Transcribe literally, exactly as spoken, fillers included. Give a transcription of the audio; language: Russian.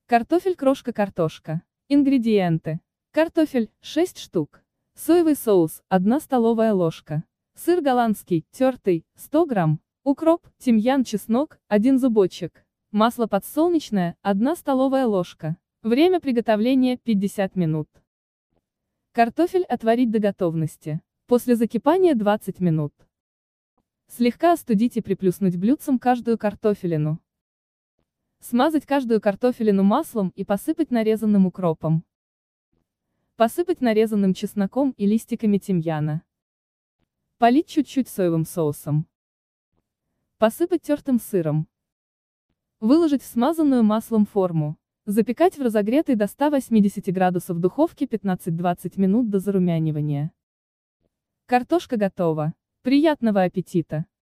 Картофель крошка картошка. Ингредиенты. Картофель – шесть штук. Соевый соус – одна столовая ложка. Сыр голландский, тертый – сто грамм. Укроп, тимьян, чеснок – один зубочек. Масло подсолнечное – одна столовая ложка. Время приготовления – пятьдесят минут. Картофель отварить до готовности. После закипания двадцать минут. Слегка остудить и приплюснуть блюдцем каждую картофелину. Смазать каждую картофелину маслом и посыпать нарезанным укропом. Посыпать нарезанным чесноком и листиками тимьяна. Полить чуть-чуть соевым соусом. Посыпать тертым сыром. Выложить в смазанную маслом форму. Запекать в разогретой до ста восьмидесяти градусов духовке пятнадцать-двадцать минут до зарумянивания. Картошка готова. Приятного аппетита!